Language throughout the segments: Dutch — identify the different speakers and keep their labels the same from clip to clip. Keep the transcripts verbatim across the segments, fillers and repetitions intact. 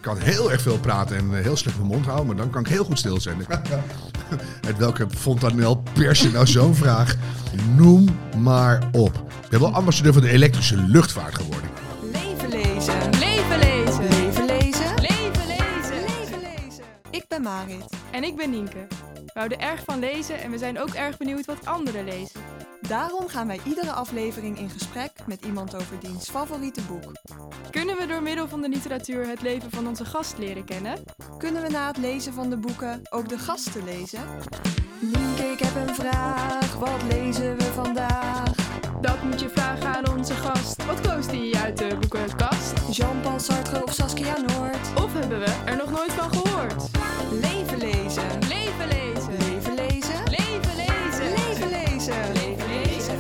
Speaker 1: kan heel erg veel praten en heel slecht mijn mond houden, maar dan kan ik heel goed stil zijn. Uit welke fontanel pers je nou zo'n vraag? Noem maar op. Ik ben wel ambassadeur van de elektrische luchtvaart geworden.
Speaker 2: Leven lezen. Leven lezen. Leven lezen. Leven lezen. Leven lezen. Ik ben Marit.
Speaker 3: En ik ben Nienke. We houden erg van lezen en we zijn ook erg benieuwd wat anderen lezen.
Speaker 2: Daarom gaan wij iedere aflevering in gesprek met iemand over diens favoriete boek.
Speaker 3: Kunnen we door middel van de literatuur het leven van onze gast leren kennen?
Speaker 2: Kunnen we na het lezen van de boeken ook de gasten lezen? Nienke, ik heb een vraag. Wat lezen we vandaag?
Speaker 3: Dat moet je vragen aan onze gast. Wat koos die uit de boekenkast?
Speaker 2: Jean-Paul Sartre of Saskia Noord?
Speaker 3: Of hebben we er nog nooit van gehoord?
Speaker 2: Leven lezen.
Speaker 3: Leven lezen.
Speaker 2: Leven lezen.
Speaker 3: Leven lezen.
Speaker 2: Leven lezen.
Speaker 3: Leven lezen.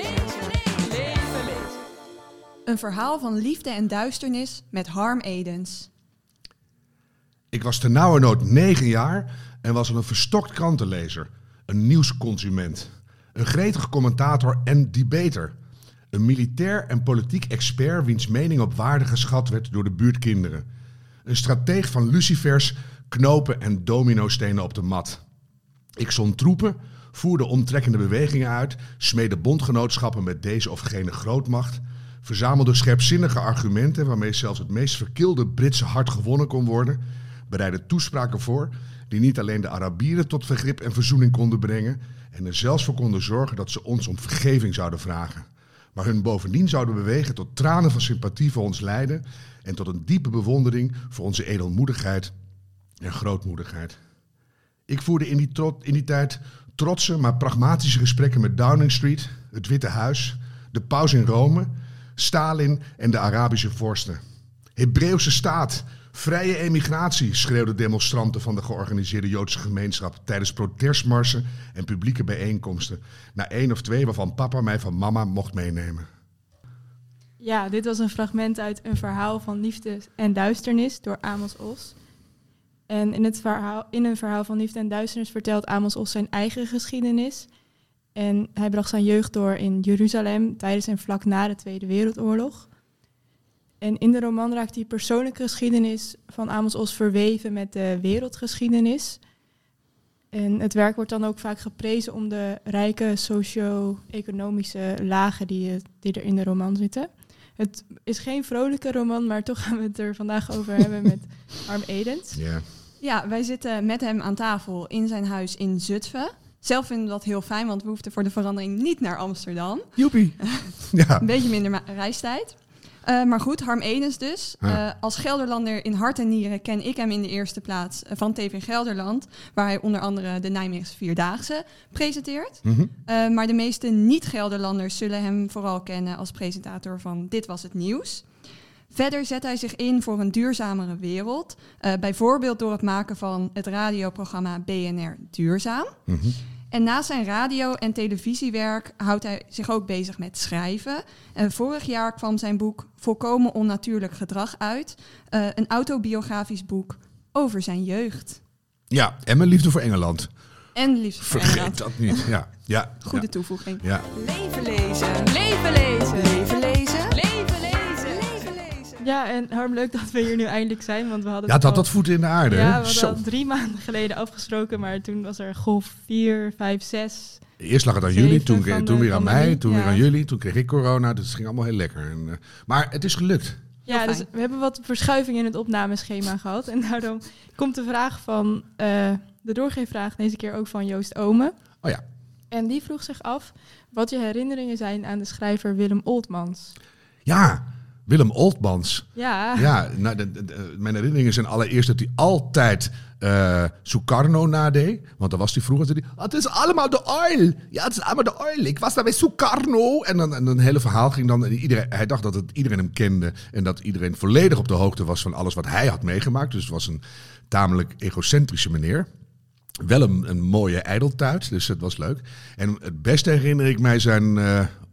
Speaker 3: Leven lezen.
Speaker 2: Een verhaal van liefde en duisternis met Harm Edens.
Speaker 1: Ik was ternauwernood negen jaar en was al een verstokt krantenlezer, een nieuwsconsument, een gretige commentator en debater, een militair en politiek expert wiens mening op waarde geschat werd door de buurtkinderen, een strateeg van lucifers, knopen en dominostenen op de mat. Ik zond troepen, voerde omtrekkende bewegingen uit, smeedde bondgenootschappen met deze of gene grootmacht, verzamelde scherpzinnige argumenten waarmee zelfs het meest verkilde Britse hart gewonnen kon worden, bereidde toespraken voor die niet alleen de Arabieren tot vergrip en verzoening konden brengen en er zelfs voor konden zorgen dat ze ons om vergeving zouden vragen, maar hun bovendien zouden bewegen tot tranen van sympathie voor ons lijden en tot een diepe bewondering voor onze edelmoedigheid en grootmoedigheid. Ik voerde in die, trot, in die tijd trotse, maar pragmatische gesprekken met Downing Street, het Witte Huis, de paus in Rome, Stalin en de Arabische vorsten. Hebreeuwse staat, vrije emigratie, schreeuwden demonstranten van de georganiseerde Joodse gemeenschap tijdens protestmarsen en publieke bijeenkomsten. Na één of twee waarvan papa mij van mama mocht meenemen.
Speaker 3: Ja, dit was een fragment uit Een verhaal van liefde en duisternis door Amos Oz. En in, het verhaal, in een verhaal van liefde en duisternis vertelt Amos Oz zijn eigen geschiedenis. En hij bracht zijn jeugd door in Jeruzalem tijdens en vlak na de Tweede Wereldoorlog. En in de roman raakt die persoonlijke geschiedenis van Amos Oz verweven met de wereldgeschiedenis. En het werk wordt dan ook vaak geprezen om de rijke socio-economische lagen die, die er in de roman zitten. Het is geen vrolijke roman, maar toch gaan we het er vandaag over hebben met Harm Edens.
Speaker 1: Yeah.
Speaker 2: Ja, wij zitten met hem aan tafel in zijn huis in Zutphen. Zelf vinden we dat heel fijn, want we hoefden voor de verandering niet naar Amsterdam.
Speaker 1: Joepie. Ja.
Speaker 2: Een beetje minder ma- reistijd. Uh, maar goed, Harm Edens dus.
Speaker 1: Ja.
Speaker 2: Uh, als Gelderlander in hart en nieren ken ik hem in de eerste plaats uh, van T V Gelderland, waar hij onder andere de Nijmeegse Vierdaagse presenteert.
Speaker 1: Mm-hmm.
Speaker 2: Uh, maar de meeste niet-Gelderlanders zullen hem vooral kennen als presentator van Dit Was Het Nieuws. Verder zet hij zich in voor een duurzamere wereld, uh, bijvoorbeeld door het maken van het radioprogramma B N R Duurzaam.
Speaker 1: Mm-hmm.
Speaker 2: En naast zijn radio- en televisiewerk houdt hij zich ook bezig met schrijven. En vorig jaar kwam zijn boek Volkomen Onnatuurlijk Gedrag uit. Uh, een autobiografisch boek over zijn jeugd.
Speaker 1: Ja, en mijn liefde voor Engeland.
Speaker 2: En liefst voor
Speaker 1: Vergeet
Speaker 2: Engeland.
Speaker 1: dat niet. Ja, ja.
Speaker 2: Goede
Speaker 1: ja.
Speaker 2: toevoeging.
Speaker 1: Ja.
Speaker 2: Leven lezen.
Speaker 3: Leven lezen!
Speaker 2: Leven lezen.
Speaker 3: Leven lezen!
Speaker 2: Leven lezen.
Speaker 3: Ja, en Harm, leuk dat we hier nu eindelijk zijn, want we hadden
Speaker 1: Ja, het had
Speaker 3: al-
Speaker 1: dat voeten in de aarde.
Speaker 3: Ja,
Speaker 1: hè?
Speaker 3: we hadden
Speaker 1: Zo.
Speaker 3: al drie maanden geleden afgesproken, maar toen was er golf vier, vijf, zes.
Speaker 1: Eerst lag het aan
Speaker 3: Zeven
Speaker 1: jullie, toen,
Speaker 3: van
Speaker 1: toen
Speaker 3: de
Speaker 1: weer aan mij,
Speaker 3: pandemie,
Speaker 1: toen
Speaker 3: ja.
Speaker 1: weer aan jullie, toen kreeg ik corona. Dus het ging allemaal heel lekker. En, uh, maar het is gelukt.
Speaker 3: Ja,
Speaker 2: Heel
Speaker 3: dus
Speaker 2: fijn.
Speaker 3: we hebben wat verschuiving in het opnameschema gehad. En daarom komt de vraag van, uh, de doorgeefvraag deze keer ook van Joost Omen.
Speaker 1: Oh ja.
Speaker 3: En die vroeg zich af wat je herinneringen zijn aan de schrijver Willem Oltmans.
Speaker 1: Ja, Willem Oltmans.
Speaker 3: Ja,
Speaker 1: Ja, nou, de, de, de, mijn herinneringen zijn allereerst dat hij altijd uh, Sukarno nadeed. Want dan was hij vroeger. Zei hij, "Ah, het is allemaal de oil. Ja, het is allemaal de oil. Ik was daar bij Sukarno. En dan en een hele verhaal ging dan. En iedereen, hij dacht dat het, iedereen hem kende. En dat iedereen volledig op de hoogte was van alles wat hij had meegemaakt. Dus het was een tamelijk egocentrische meneer. Wel een, een mooie ijdeltuit, dus het was leuk. En het beste herinner ik mij zijn uh,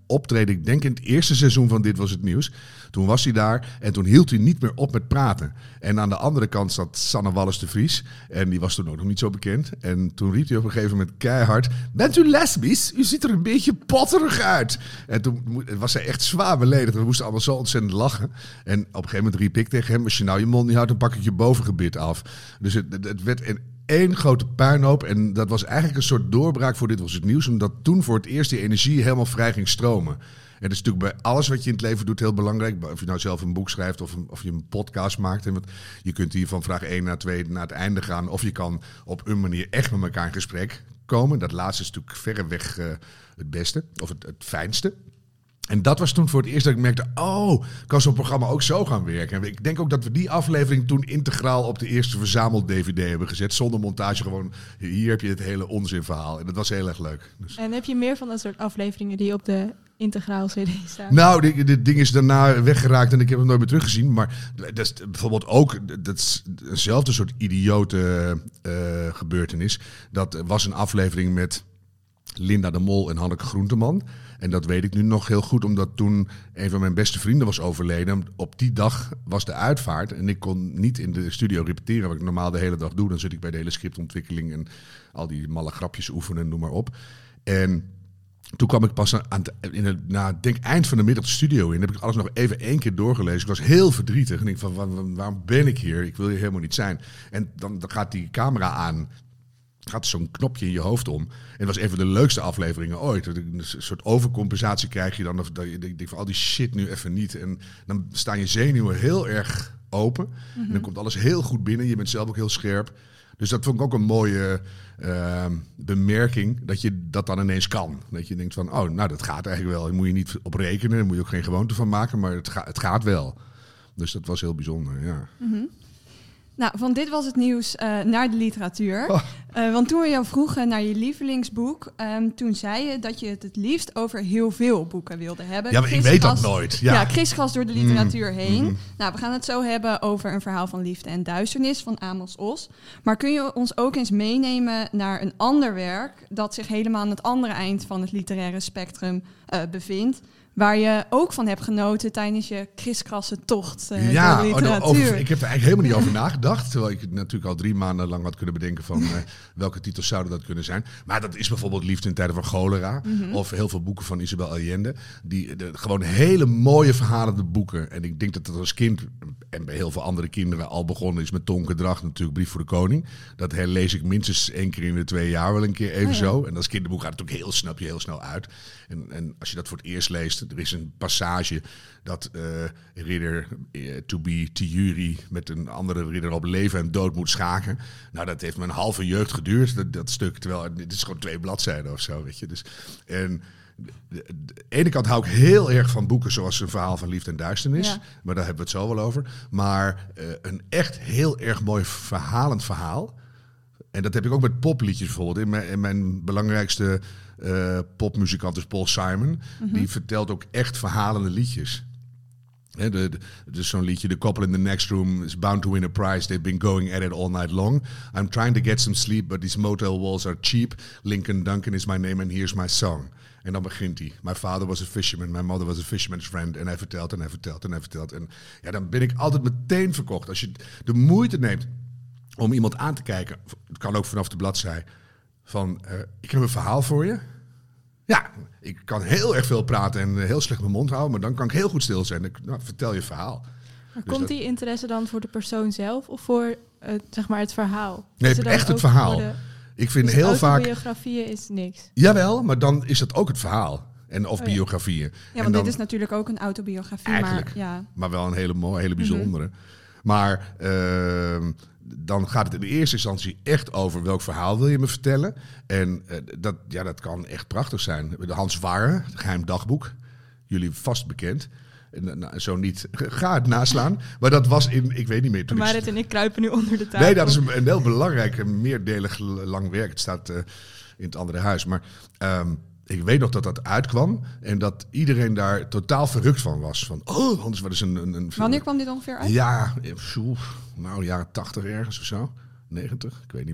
Speaker 1: optreden, ik denk in het eerste seizoen van Dit Was Het Nieuws. Toen was hij daar en toen hield hij niet meer op met praten. En aan de andere kant zat Sanne Wallis de Vries. En die was toen ook nog niet zo bekend. En toen riep hij op een gegeven moment keihard: bent u lesbisch? U ziet er een beetje potterig uit. En toen was hij echt zwaar beledigd. We moesten allemaal zo ontzettend lachen. En op een gegeven moment riep ik tegen hem: als je nou je mond niet houdt, dan pak ik je bovengebit af. Dus het, het werd een één grote puinhoop. En dat was eigenlijk een soort doorbraak voor Dit Was Het Nieuws. Omdat toen voor het eerst die energie helemaal vrij ging stromen. En dat is natuurlijk bij alles wat je in het leven doet heel belangrijk. Of je nou zelf een boek schrijft of, een, of je een podcast maakt. En wat, je kunt hier van vraag één naar twee naar het einde gaan. Of je kan op een manier echt met elkaar in gesprek komen. Dat laatste is natuurlijk verreweg uh, het beste. Of het, het fijnste. En dat was toen voor het eerst dat ik merkte, oh, kan zo'n programma ook zo gaan werken. En ik denk ook dat we die aflevering toen integraal op de eerste verzameld-D V D hebben gezet. Zonder montage, gewoon, hier heb je het hele onzinverhaal. En dat was heel erg leuk. Dus.
Speaker 3: En heb je meer van dat soort afleveringen die op de integraal C D staan?
Speaker 1: Nou, dit ding is daarna weggeraakt en ik heb hem nooit meer teruggezien. Maar dat is bijvoorbeeld ook, dat is eenzelfde soort idiote uh, gebeurtenis. Dat was een aflevering met Linda de Mol en Hanneke Groenteman. En dat weet ik nu nog heel goed, omdat toen een van mijn beste vrienden was overleden. Op die dag was de uitvaart en ik kon niet in de studio repeteren, wat ik normaal de hele dag doe. Dan zit ik bij de hele scriptontwikkeling en al die malle grapjes oefenen, noem maar op. En toen kwam ik pas aan het, in het nou, denk eind van de middag de studio in. Heb ik alles nog even één keer doorgelezen. Ik was heel verdrietig. En ik van, van, waarom ben ik hier? Ik wil hier helemaal niet zijn. En dan, dan gaat die camera aan. Gaat zo'n knopje in je hoofd om. En dat was een van de leukste afleveringen ooit. Een soort overcompensatie krijg je dan. Of dat je denkt van al die shit nu even niet. En dan staan je zenuwen heel erg open. Mm-hmm. En dan komt alles heel goed binnen. Je bent zelf ook heel scherp. Dus dat vond ik ook een mooie uh, bemerking. Dat je dat dan ineens kan. Dat je denkt van, oh, nou dat gaat eigenlijk wel. Daar moet je niet op rekenen. Daar moet je ook geen gewoonte van maken. Maar het, ga, het gaat wel. Dus dat was heel bijzonder, ja.
Speaker 2: Mm-hmm. Nou, van Dit Was Het Nieuws uh, naar de literatuur. Oh. Uh, want toen we jou vroegen naar je lievelingsboek, um, toen zei je dat je het het liefst over heel veel boeken wilde hebben.
Speaker 1: Ja, maar ik weet dat nooit. Ja,
Speaker 2: ja kriskras door de literatuur mm. heen.
Speaker 1: Mm-hmm.
Speaker 2: Nou, we gaan het zo hebben over een verhaal van liefde en duisternis van Amos Oz. Maar kun je ons ook eens meenemen naar een ander werk dat zich helemaal aan het andere eind van het literaire spectrum uh, bevindt? Waar je ook van hebt genoten tijdens je kriskasse tocht uh,
Speaker 1: ja,
Speaker 2: door de literatuur.
Speaker 1: Over, ik heb er eigenlijk helemaal niet over nagedacht. Terwijl ik natuurlijk al drie maanden lang had kunnen bedenken van uh, welke titels zouden dat kunnen zijn. Maar dat is bijvoorbeeld Liefde in tijden van cholera. Mm-hmm. Of heel veel boeken van Isabel Allende. Die de, gewoon hele mooie verhalende boeken. En ik denk dat dat als kind en bij heel veel andere kinderen al begonnen is met Tonke Drach, natuurlijk Brief voor de Koning. Dat herlees ik minstens één keer in de twee jaar wel een keer even oh ja. zo. En als kinderboek gaat het ook heel snap je heel snel uit. En, en als je dat voor het eerst leest, er is een passage dat uh, ridder uh, to be Tiyuri met een andere ridder op leven en dood moet schaken. Nou, dat heeft me een halve jeugd geduurd, dat, dat stuk. Terwijl het is gewoon twee bladzijden of zo, weet je. Dus, en de, de, de ene kant hou ik heel erg van boeken zoals Een Verhaal van Liefde en Duisternis. Ja. Maar daar hebben we het zo wel over. Maar uh, een echt heel erg mooi verhalend verhaal. En dat heb ik ook met popliedjes bijvoorbeeld. In mijn, in mijn belangrijkste uh, popmuzikant is Paul Simon. Mm-hmm. Die vertelt ook echt verhalende liedjes. He, de, de, dus zo'n liedje, The couple in the next room is bound to win a prize. They've been going at it all night long. I'm trying to get some sleep, but these motel walls are cheap. Lincoln Duncan is my name and here's my song. En dan begint hij. My father was a fisherman, my mother was a fisherman's friend. En hij vertelt en hij vertelt en hij vertelt. En ja, dan ben ik altijd meteen verkocht. Als je de moeite neemt om iemand aan te kijken, het kan ook vanaf de bladzij, van uh, ik heb een verhaal voor je. Ja, ik kan heel erg veel praten en heel slecht mijn mond houden, maar dan kan ik heel goed stil zijn. Ik, nou, vertel je verhaal.
Speaker 3: Maar dus komt dat... die interesse dan voor de persoon zelf of voor uh, zeg maar het verhaal?
Speaker 1: Nee, echt het verhaal. De... Ik vind
Speaker 3: dus
Speaker 1: heel vaak
Speaker 3: biografieën is niks.
Speaker 1: Jawel, maar dan is dat ook het verhaal. En of oh, ja. biografieën.
Speaker 2: Ja, want dan, dit is natuurlijk ook een autobiografie.
Speaker 1: Eigenlijk,
Speaker 2: maar, ja.
Speaker 1: maar wel een hele mooie, hele bijzondere. Mm-hmm. Maar uh, dan gaat het in de eerste instantie echt over welk verhaal wil je me vertellen. En uh, dat, ja, dat kan echt prachtig zijn. De Hans Warre, het Geheim Dagboek. Jullie vast bekend. En, nou, zo niet, ga het naslaan. Maar dat was in, ik weet niet meer. Toen
Speaker 3: Marit ik... en ik kruipen nu onder de tafel.
Speaker 1: Nee, dat is een, een heel belangrijk, meerdelig lang werk. Het staat uh, in het andere huis. Maar um, ik weet nog dat dat uitkwam en dat iedereen daar totaal verrukt van was. Van, oh, anders was het een, een, een...
Speaker 2: Wanneer kwam dit ongeveer uit?
Speaker 1: Ja, nou, jaren tachtig ergens of zo. negentig, ik weet niet meer.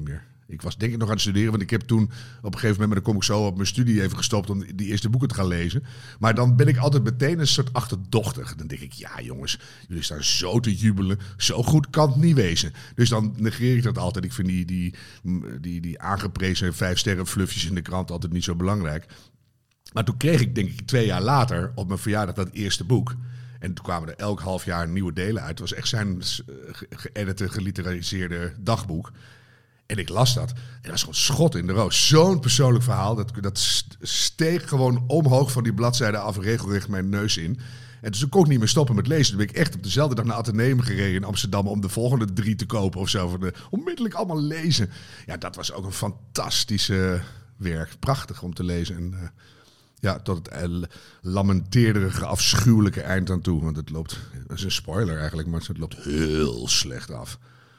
Speaker 1: Ik was denk ik nog aan het studeren, want ik heb toen op een gegeven moment... maar dan kom ik zo op mijn studie even gestopt om die eerste boeken te gaan lezen. Maar dan ben ik altijd meteen een soort achterdochtig. Dan denk ik, ja jongens, jullie staan zo te jubelen. Zo goed kan het niet wezen. Dus dan negeer ik dat altijd. Ik vind die, die, die, die aangeprezen vijf sterren fluffjes in de krant altijd niet zo belangrijk. Maar toen kreeg ik denk ik twee jaar later op mijn verjaardag dat eerste boek... En toen kwamen er elk half jaar nieuwe delen uit. Het was echt zijn geëdite, geliterariseerde dagboek. En ik las dat. En dat was gewoon schot in de roos. Zo'n persoonlijk verhaal. Dat, dat steeg gewoon omhoog van die bladzijde af, regelrecht mijn neus in. En dus toen kon ik niet meer stoppen met lezen. Toen ben ik echt op dezelfde dag naar Atheneum gereden in Amsterdam... om de volgende drie te kopen of zo. Van de, onmiddellijk allemaal lezen. Ja, dat was ook een fantastische werk. Prachtig om te lezen. En... Uh, Ja, tot het uh, lamenteerderige, afschuwelijke eind aan toe. Want het loopt, dat is een spoiler eigenlijk, maar het loopt heel slecht af.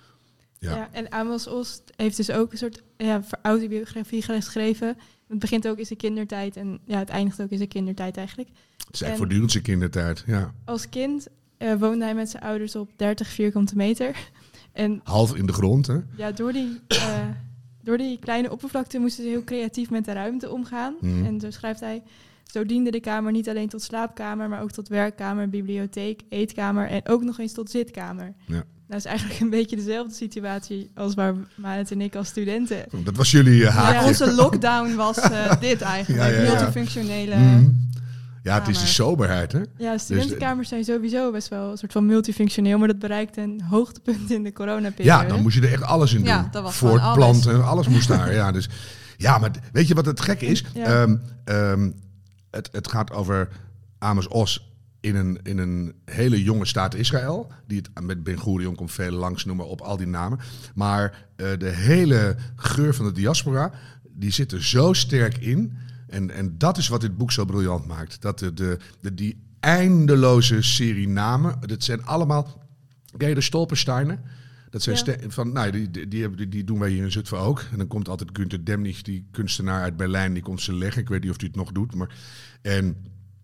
Speaker 1: Ja,
Speaker 3: ja en Amos Oz heeft dus ook een soort ja, autobiografie geschreven. Het begint ook in zijn kindertijd en ja, het eindigt ook in zijn kindertijd eigenlijk.
Speaker 1: Het is eigenlijk voortdurend zijn kindertijd, ja.
Speaker 3: Als kind uh, woonde hij met zijn ouders op dertig vierkante meter. En,
Speaker 1: half in de grond, hè?
Speaker 3: Ja, door die... Uh, Door die kleine oppervlakte moesten ze heel creatief met de ruimte omgaan. Mm. En zo schrijft hij... Zo diende de kamer niet alleen tot slaapkamer... maar ook tot werkkamer, bibliotheek, eetkamer... en ook nog eens tot zitkamer. Ja. Dat is eigenlijk een beetje dezelfde situatie... als waar Manet en ik als studenten...
Speaker 1: Dat was jullie uh, haakje.
Speaker 2: Ja, onze lockdown was uh, dit eigenlijk. Ja, ja, ja. Multifunctionele... Mm.
Speaker 1: Ja, het is die soberheid, hè?
Speaker 3: Ja, studentenkamers zijn sowieso best wel een soort van multifunctioneel... maar dat bereikt een hoogtepunt in de coronaperiode.
Speaker 1: Ja, dan moest je er echt alles in doen.
Speaker 2: Ja, dat was
Speaker 1: voortplanten,
Speaker 2: alles.
Speaker 1: alles moest daar. Ja, dus, ja, maar weet je wat het gekke is? Ja. Um, um, het, het gaat over Amos Oz in een, in een hele jonge staat Israël... die het met Ben Gurion komt veel langs noemen op al die namen. Maar uh, de hele geur van de diaspora, die zit er zo sterk in... En, en dat is wat dit boek zo briljant maakt. Dat de, de, de, die eindeloze serie namen, dat zijn allemaal... Ken je de Stolpersteinen? Dat zijn ja. ste- van, nou, die, die, die, die, die doen wij hier in Zutphen ook. En dan komt altijd Günter Demnig, die kunstenaar uit Berlijn, die komt ze leggen. Ik weet niet of hij het nog doet. Maar, en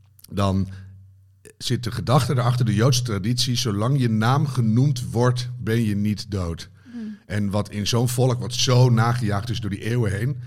Speaker 1: dan zit de gedachte erachter, de Joodse traditie... zolang je naam genoemd wordt, ben je niet dood. Hmm. En wat in zo'n volk, wat zo nagejaagd is door die eeuwen heen...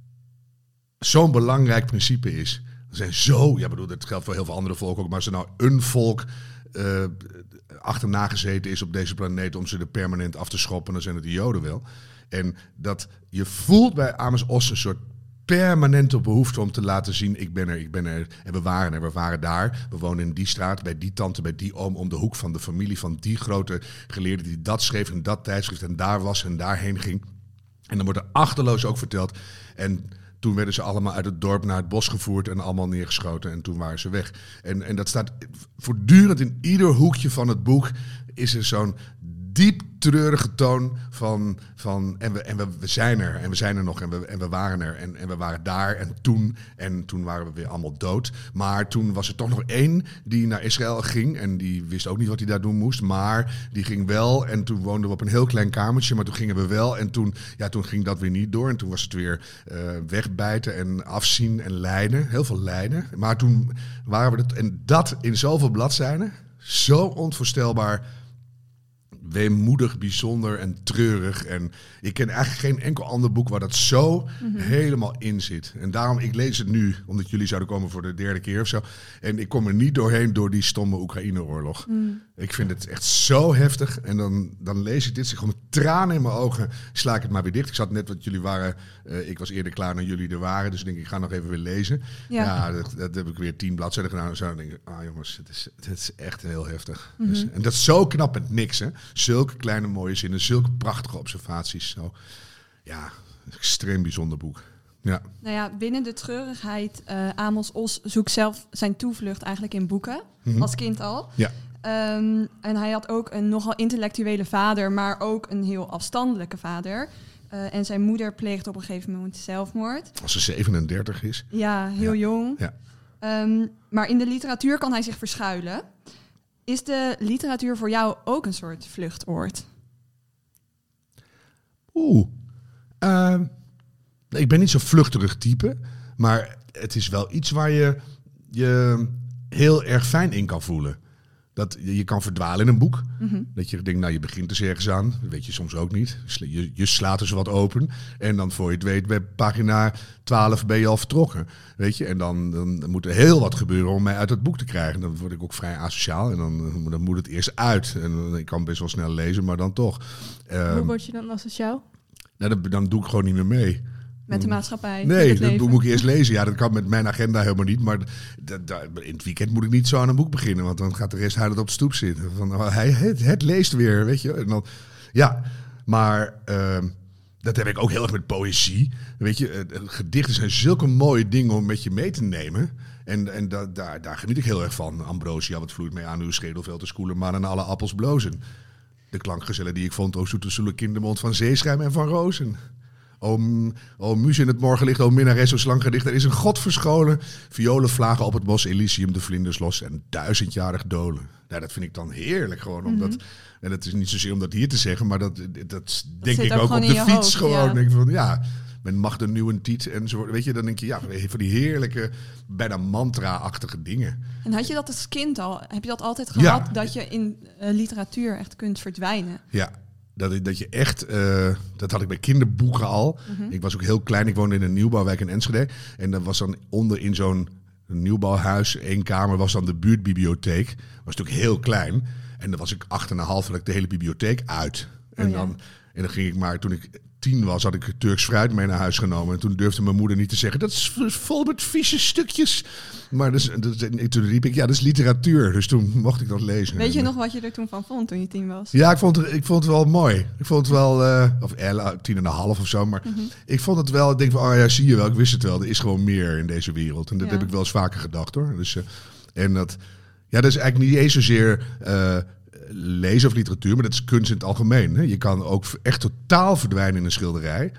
Speaker 1: zo'n belangrijk principe is. Er zijn zo, ja bedoel, dat geldt voor heel veel andere volken ook, maar als er nou een volk uh, achterna gezeten is op deze planeet om ze er permanent af te schoppen, dan zijn het de Joden wel. En dat je voelt bij Amos Oz een soort permanente behoefte om te laten zien, ik ben er, ik ben er. En we waren er, we waren daar. We wonen in die straat, bij die tante, bij die oom, om de hoek van de familie van die grote geleerde die dat schreef in dat tijdschrift en daar was en daarheen ging. En dan wordt er achterloos ook verteld. En toen werden ze allemaal uit het dorp naar het bos gevoerd en allemaal neergeschoten en toen waren ze weg. En, en dat staat voortdurend in ieder hoekje van het boek is er zo'n diep treurige toon van, van en, we, en we, we zijn er en we zijn er nog en we, en we waren er en, en we waren daar en toen en toen waren we weer allemaal dood. Maar toen was er toch nog één die naar Israël ging en die wist ook niet wat hij daar doen moest, maar die ging wel en toen woonden we op een heel klein kamertje, maar toen gingen we wel en toen, ja, toen ging dat weer niet door en toen was het weer uh, wegbijten en afzien en lijden, heel veel lijden. Maar toen waren we dat en dat in zoveel bladzijden, zo onvoorstelbaar weemoedig, bijzonder en treurig. En ik ken eigenlijk geen enkel ander boek waar dat zo mm-hmm. helemaal in zit. En daarom, ik lees het nu, omdat jullie zouden komen voor de derde keer of zo. En ik kom er niet doorheen door die stomme Oekraïne-oorlog. Mm. Ik vind het echt zo heftig. En dan, dan lees ik dit, zeg gewoon met tranen in mijn ogen, sla ik het maar weer dicht. Ik zat net wat jullie waren, uh, ik was eerder klaar dan jullie er waren. Dus ik denk, ik ga nog even weer lezen. Ja, ja dat, dat heb ik weer tien bladzijden gedaan. En zo dan denk ik, ah jongens, het is, het is echt heel heftig. Mm-hmm. Dus, en dat is zo knap met niks, hè. Zulke kleine mooie zinnen, zulke prachtige observaties. Zo. Ja, een extreem bijzonder boek. Ja.
Speaker 2: Nou ja, binnen de treurigheid, uh, Amos Oz zoekt zelf zijn toevlucht eigenlijk in boeken, mm-hmm. als kind al.
Speaker 1: Ja.
Speaker 2: Um, en hij had ook een nogal intellectuele vader, maar ook een heel afstandelijke vader. Uh, en zijn moeder pleegt op een gegeven moment zelfmoord.
Speaker 1: Als ze zevenendertig is.
Speaker 2: Ja, heel ja. jong.
Speaker 1: Ja.
Speaker 2: Um, maar in de literatuur kan hij zich verschuilen. Is de literatuur voor jou ook een soort vluchtoord?
Speaker 1: Oeh. Uh, ik ben niet zo'n vluchterig type. Maar het is wel iets waar je je heel erg fijn in kan voelen. Dat je, je kan verdwalen in een boek.
Speaker 2: Mm-hmm.
Speaker 1: Dat je denkt, nou je begint er ergens aan. Dat weet je soms ook niet. Je, je slaat dus wat open. En dan voor je het weet, bij pagina twaalf ben je al vertrokken. Weet je? En dan, dan, dan moet er heel wat gebeuren om mij uit het boek te krijgen. Dan word ik ook vrij asociaal. En dan, dan moet het eerst uit. En ik kan best wel snel lezen, maar dan toch.
Speaker 3: Hoe
Speaker 1: Um,
Speaker 3: word je dan asociaal?
Speaker 1: nou, dan, dan doe ik gewoon niet meer mee.
Speaker 2: Met de maatschappij.
Speaker 1: Nee,
Speaker 2: met het
Speaker 1: dat
Speaker 2: leven.
Speaker 1: moet ik eerst lezen. Ja, dat kan met mijn agenda helemaal niet. Maar dat, dat, in het weekend moet ik niet zo aan een boek beginnen. Want dan gaat de rest huilend op de stoep zitten. Van, oh, hij, het, het leest weer, weet je. En dan, ja, maar uh, dat heb ik ook heel erg met poëzie. Weet je, uh, gedichten zijn zulke mooie dingen om met je mee te nemen. En, en da, daar, daar geniet ik heel erg van. Ambrosia, wat vloeit mij aan uw schedelveld te skoelen. Maar aan alle appels blozen. De klankgezellen die ik vond. O zoete zoele kindermond van zeeschuim en van rozen. O, o muze in het morgenlicht, o minnares, o slanggedicht. Er is een god verscholen. Violen vlagen op het bos, Elysium de vlinders los. En duizendjarig dolen. Nou, dat vind ik dan heerlijk gewoon. Omdat, mm-hmm. En dat is niet zozeer om dat hier te zeggen. Maar dat, dat, dat denk ik ook, ook op de fiets hoofd, gewoon. Ja. Denk van, ja, men mag de nieuwe tiet enzovoort. Weet je, dan denk je, ja, van die heerlijke, bijna mantra-achtige dingen.
Speaker 2: En had je dat als kind al? Heb je dat altijd gehad?
Speaker 1: Ja.
Speaker 2: Dat je in uh, literatuur echt kunt verdwijnen?
Speaker 1: Ja. Dat, dat je echt, uh, dat had ik bij kinderboeken al. Mm-hmm. Ik was ook heel klein, ik woonde in een nieuwbouwwijk in Enschede. En dat was dan onder in zo'n nieuwbouwhuis, één kamer, was dan de buurtbibliotheek. Dat was natuurlijk heel klein. En dan was ik acht en een half, had ik de hele bibliotheek uit. En, oh, ja. dan, en dan ging ik maar, toen ik tien was, had ik Turks fruit mee naar huis genomen. En toen durfde mijn moeder niet te zeggen, dat is vol met vieze stukjes. Maar dus, dus, toen riep ik, ja, dat is literatuur. Dus toen mocht ik dat lezen.
Speaker 2: Weet je nog wat je er toen van vond, toen je tien was?
Speaker 1: Ja, ik vond het, ik vond het wel mooi. Ik vond het wel, uh, of uh, tien en een half of zo. Maar mm-hmm. ik vond het wel, ik denk van, oh ja, zie je wel, ik wist het wel. Er is gewoon meer in deze wereld. En dat ja. heb ik wel eens vaker gedacht, hoor. Dus, uh, en dat, ja, dat is eigenlijk niet eens zozeer Uh, lezen of literatuur, maar dat is kunst in het algemeen. Hè? Je kan ook echt totaal verdwijnen in een schilderij.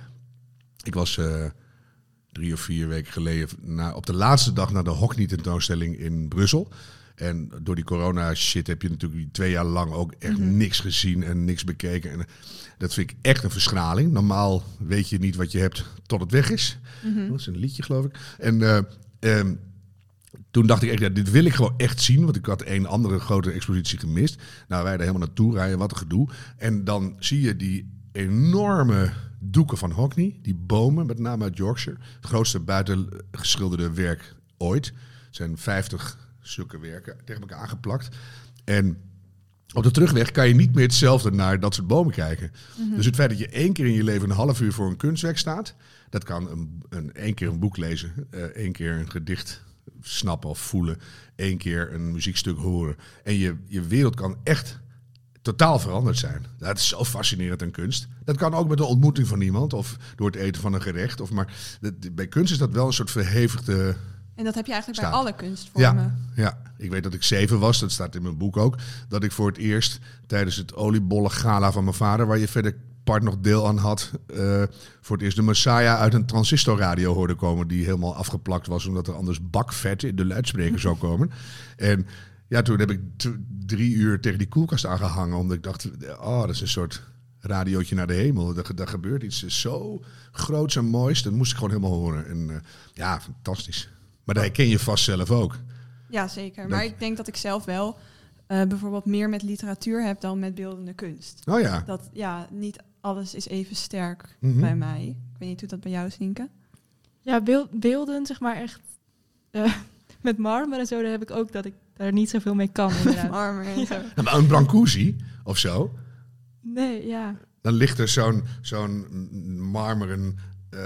Speaker 1: Ik was uh, drie of vier weken geleden na, op de laatste dag naar de Hockney-tentoonstelling in Brussel. En door die corona-shit heb je natuurlijk twee jaar lang ook echt mm-hmm. niks gezien en niks bekeken. En dat vind ik echt een verschraling. Normaal weet je niet wat je hebt tot het weg is. Mm-hmm. Dat is een liedje, geloof ik. En uh, um, toen dacht ik echt, ja, dit wil ik gewoon echt zien. Want ik had een andere grote expositie gemist. Nou, wij er helemaal naartoe rijden, wat een gedoe. En dan zie je die enorme doeken van Hockney. Die bomen, met name uit Yorkshire. Het grootste buitengeschilderde werk ooit. Het zijn vijftig zulke werken tegen elkaar aangeplakt. En op de terugweg kan je niet meer hetzelfde naar dat soort bomen kijken. Mm-hmm. Dus het feit dat je één keer in je leven een half uur voor een kunstwerk staat. Dat kan een, een, één keer een boek lezen. Uh, één keer een gedicht snappen of voelen. Één keer een muziekstuk horen. En je, je wereld kan echt totaal veranderd zijn. Dat is zo fascinerend aan kunst. Dat kan ook met de ontmoeting van iemand. Of door het eten van een gerecht. Of maar dat, bij kunst is dat wel een soort verhevigde.
Speaker 2: En dat heb je eigenlijk
Speaker 1: staat.
Speaker 2: bij alle kunstvormen.
Speaker 1: Ja, ja, ik weet dat ik zeven was. Dat staat in mijn boek ook. Dat ik voor het eerst tijdens het oliebollen gala van mijn vader, waar je verder part nog deel aan had, uh, voor het eerst de Messiah uit een transistorradio hoorde komen die helemaal afgeplakt was omdat er anders bakvet in de luidspreker zou komen. En ja, toen heb ik t- drie uur tegen die koelkast aangehangen omdat ik dacht, oh, dat is een soort radiootje naar de hemel. Daar, daar gebeurt iets zo groots en moois. Dat moest ik gewoon helemaal horen. En uh, ja, fantastisch. Maar dat herken je vast zelf ook.
Speaker 2: Ja, zeker. Maar ik denk dat ik zelf wel uh, bijvoorbeeld meer met literatuur heb dan met beeldende kunst.
Speaker 1: Oh ja.
Speaker 2: Dat ja, niet alles is even sterk
Speaker 1: mm-hmm.
Speaker 2: bij mij. Ik weet niet hoe dat bij jou is, Nienke.
Speaker 3: Ja, beeld, beelden, zeg maar echt. Uh, met marmer en zo, daar heb ik ook dat ik daar niet zoveel mee kan.
Speaker 2: marmer en zo.
Speaker 1: Ja, maar een Brancusi of zo?
Speaker 3: Nee, ja.
Speaker 1: Dan ligt er zo'n, zo'n marmeren uh,